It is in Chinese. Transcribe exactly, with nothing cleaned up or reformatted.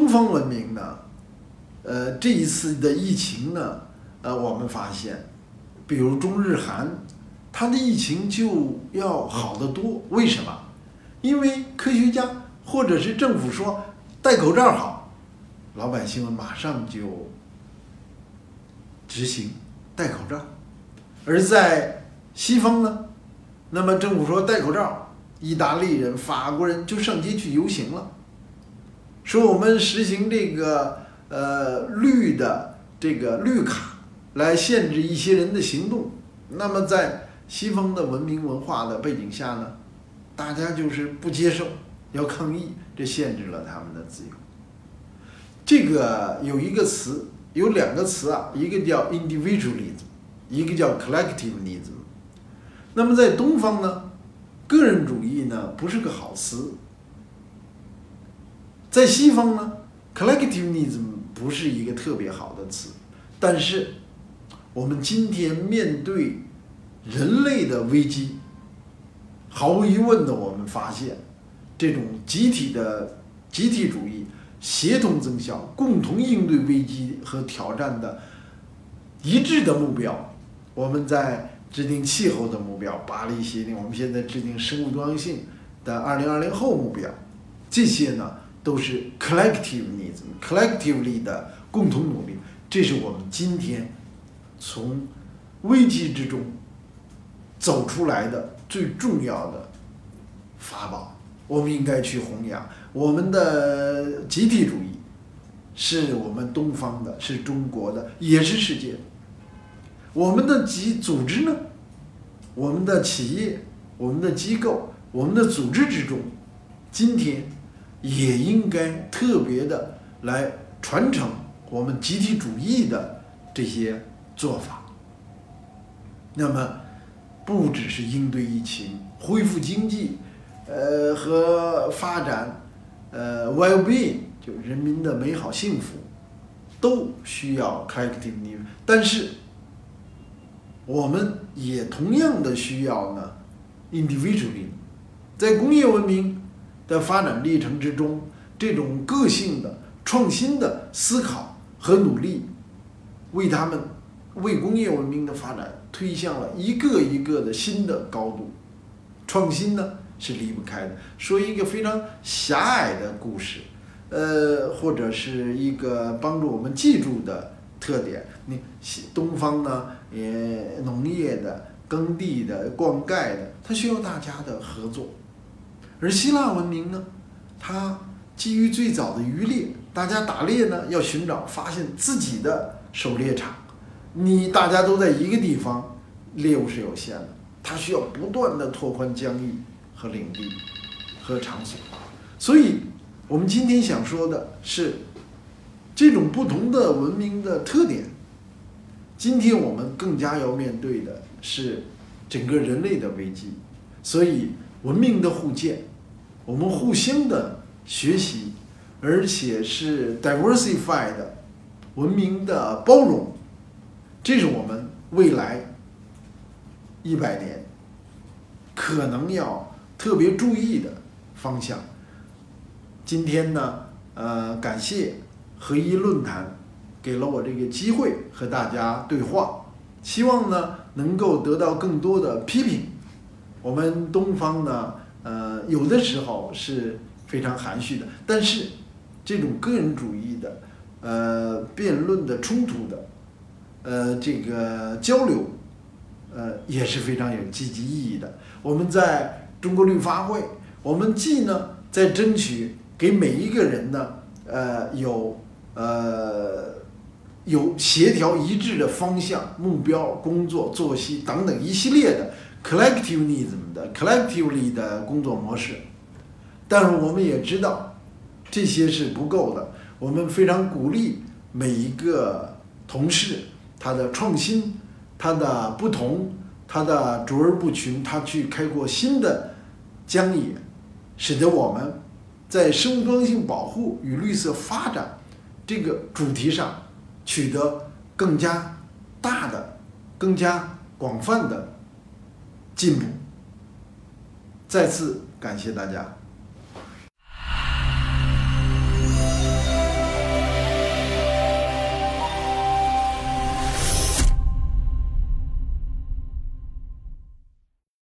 方文明呢，呃，这一次的疫情呢，呃，我们发现，比如中日韩，它的疫情就要好得多。为什么？因为科学家或者是政府说戴口罩好，老百姓们马上就执行戴口罩。而在西方呢，那么政府说戴口罩，意大利人、法国人就上街去游行了，说我们实行这个呃绿的这个绿卡来限制一些人的行动。那么在西方的文明文化的背景下呢，大家就是不接受，要抗议，这限制了他们的自由。这个有一个词，有两个词啊，一个叫 individualism， 一个叫 collectivism。那么在东方呢，个人主义呢不是个好词。在西方呢 collectivism 不是一个特别好的词。但是我们今天面对人类的危机，毫无疑问的，我们发现这种集体的集体主义、协同增效、共同应对危机和挑战的一致的目标。我们在制定气候的目标，巴黎协定，我们现在制定生物多样性的二零二零后目标，这些呢都是 collectivism collectively 的共同努力。这是我们今天从危机之中走出来的最重要的法宝，我们应该去弘扬。我们的集体主义是我们东方的，是中国的，也是世界的。我们的集组织呢，我们的企业、我们的机构、我们的组织之中，今天也应该特别的来传承我们集体主义的这些做法。那么不只是应对疫情、恢复经济，呃和发展，呃 well-being 就人民的美好幸福，都需要 collectivism。但是我们也同样的需要呢 individualism。在工业文明的发展历程之中，这种个性的创新的思考和努力，为他们为工业文明的发展推向了一个一个的新的高度。创新呢是离不开的。说一个非常狭隘的故事，呃，或者是一个帮助我们记住的特点。你东方呢，也农业的、耕地的、灌溉的，它需要大家的合作。而希腊文明呢，它基于最早的渔猎，大家打猎呢要寻找发现自己的狩猎场。你大家都在一个地方，猎物是有限的，它需要不断的拓宽疆域和领地和场所。所以我们今天想说的是，这种不同的文明的特点，今天我们更加要面对的是整个人类的危机。所以文明的互鉴，我们互相的学习，而且是 diversified 的文明的包容，这是我们未来一百年可能要特别注意的方向。今天呢，呃，感谢合一论坛给了我这个机会和大家对话，希望呢能够得到更多的批评。我们东方呢，呃，有的时候是非常含蓄的，但是这种个人主义的、呃，辩论的、冲突的，呃，这个交流，呃，也是非常有积极意义的。我们在中国绿发会，我们既呢在争取给每一个人呢，呃，有呃有协调一致的方向、目标、工作、作息等等一系列的 collectivism 的 collectively 的工作模式。但是我们也知道这些是不够的，我们非常鼓励每一个同事他的创新、他的不同、他的卓而不群，他去开阔新的疆野，使得我们在生物多样性保护与绿色发展这个主题上取得更加大的、更加广泛的进步。再次感谢大家。